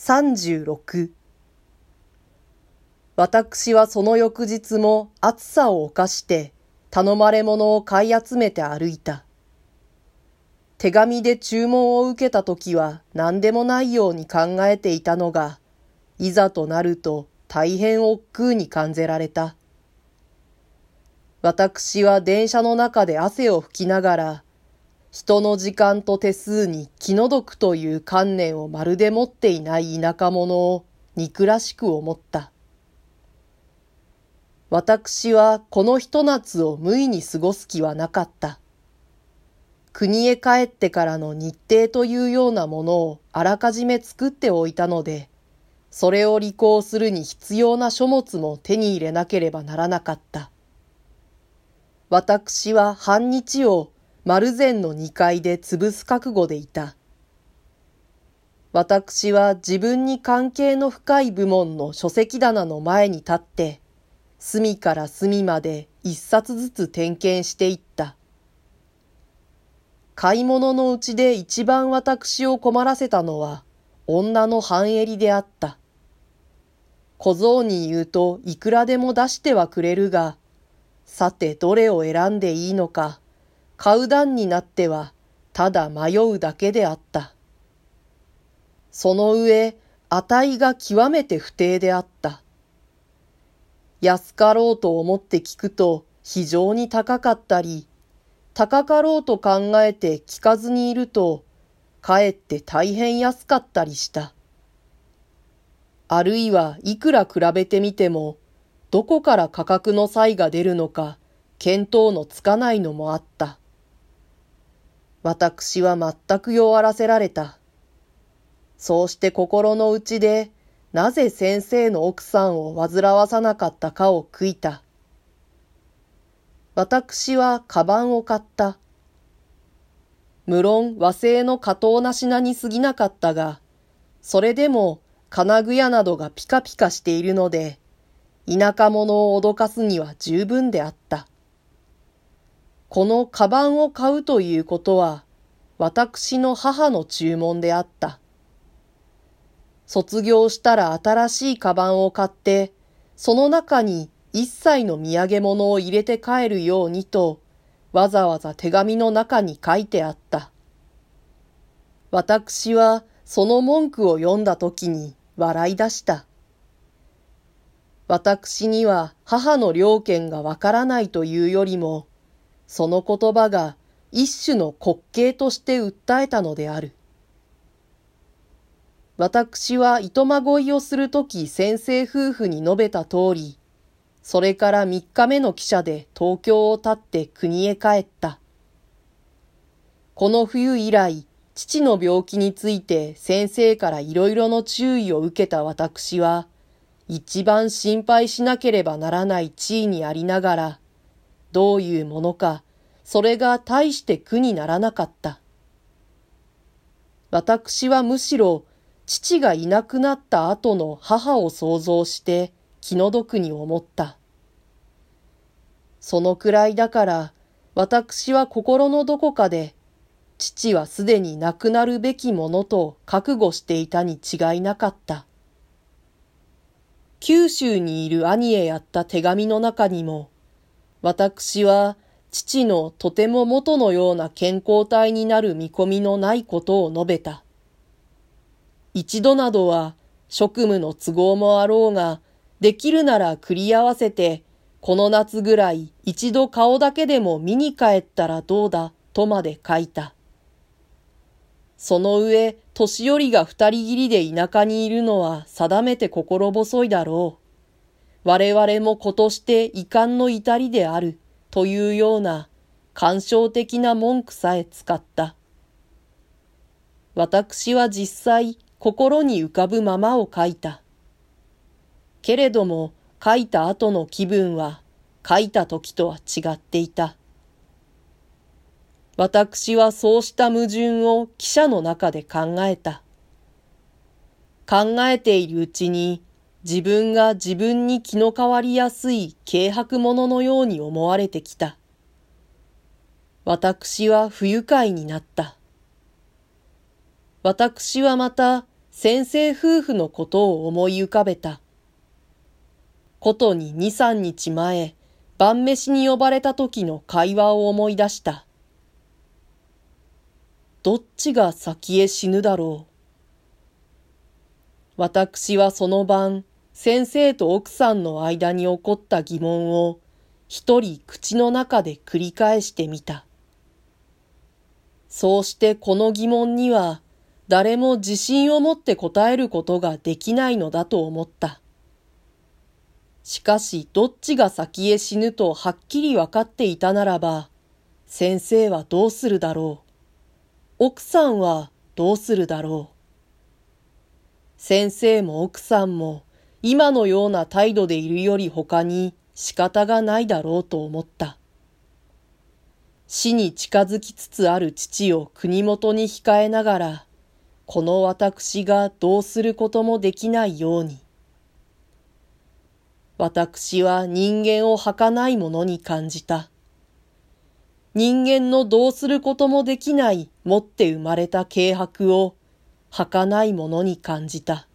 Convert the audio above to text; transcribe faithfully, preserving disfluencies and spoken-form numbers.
さんじゅうろく。私はその翌日も暑さを冒して頼まれ物を買い集めて歩いた。手紙で注文を受けたときは何でもないように考えていたのが、いざとなると大変億劫に感じられた。私は電車の中で汗を拭きながら、人の時間と手数に気の毒という観念をまるで持っていない田舎者を憎らしく思った。私はこのひと夏を無意に過ごす気はなかった。国へ帰ってからの日程というようなものをあらかじめ作っておいたので、それを履行するに必要な書物も手に入れなければならなかった。私は半日を丸善のにかいで潰す覚悟でいた。私は自分に関係の深い部門の書籍棚の前に立って、隅から隅まで一冊ずつ点検していった。買い物のうちで一番私を困らせたのは女の半襟であった。小僧に言うといくらでも出してはくれるが、さてどれを選んでいいのか、買う段になってはただ迷うだけであった。その上、値が極めて不定であった。安かろうと思って聞くと非常に高かったり、高かろうと考えて聞かずにいると、かえって大変安かったりした。あるいはいくら比べてみても、どこから価格の差異が出るのか、見当のつかないのもあった。私は全く弱らせられた。そうして心の内で、なぜ先生の奥さんを煩わさなかったかを悔いた。私はカバンを買った。無論和製の下等な品に過ぎなかったが、それでも金具屋などがピカピカしているので、田舎者を脅かすには十分であった。このカバンを買うということは、私の母の注文であった。卒業したら新しいカバンを買って、その中に一切の土産物を入れて帰るようにと、わざわざ手紙の中に書いてあった。私はその文句を読んだときに笑い出した。私には母の了見がわからないというよりも、その言葉が一種の滑稽として訴えたのである。私は糸まごいをするとき先生夫婦に述べた通り、それから三日目の汽車で東京を発って国へ帰った。この冬以来、父の病気について先生からいろいろの注意を受けた私は、一番心配しなければならない地位にありながら、どういうものか、それが大して苦にならなかった。私はむしろ、父がいなくなった後の母を想像して気の毒に思った。そのくらいだから、私は心のどこかで、父はすでに亡くなるべきものと覚悟していたに違いなかった。九州にいる兄へやった手紙の中にも、私は父のとても元のような健康体になる見込みのないことを述べた。一度などは職務の都合もあろうが、できるなら繰り合わせて、この夏ぐらい一度顔だけでも見に帰ったらどうだとまで書いた。その上、年寄りが二人きりで田舎にいるのは定めて心細いだろう。我々も子として遺憾の至りであるというような感傷的な文句さえ使った。私は実際、心に浮かぶままを書いた。けれども書いた後の気分は書いた時とは違っていた。私はそうした矛盾を汽車の中で考えた。考えているうちに自分が自分に気の変わりやすい軽薄者のように思われてきた。私は不愉快になった。私はまた先生夫婦のことを思い浮かべた。ことに二三日前、晩飯に呼ばれた時の会話を思い出した。どっちが先へ死ぬだろう。私はその晩、先生と奥さんの間に起こった疑問を一人口の中で繰り返してみた。そうしてこの疑問には誰も自信を持って答えることができないのだと思った。しかしどっちが先へ死ぬとはっきり分かっていたならば、先生はどうするだろう。奥さんはどうするだろう。先生も奥さんも今のような態度でいるより他に仕方がないだろうと思った。死に近づきつつある父を国元に控えながら、この私がどうすることもできないように。私は人間を儚いものに感じた。人間のどうすることもできない持って生まれた軽薄を儚いものに感じた。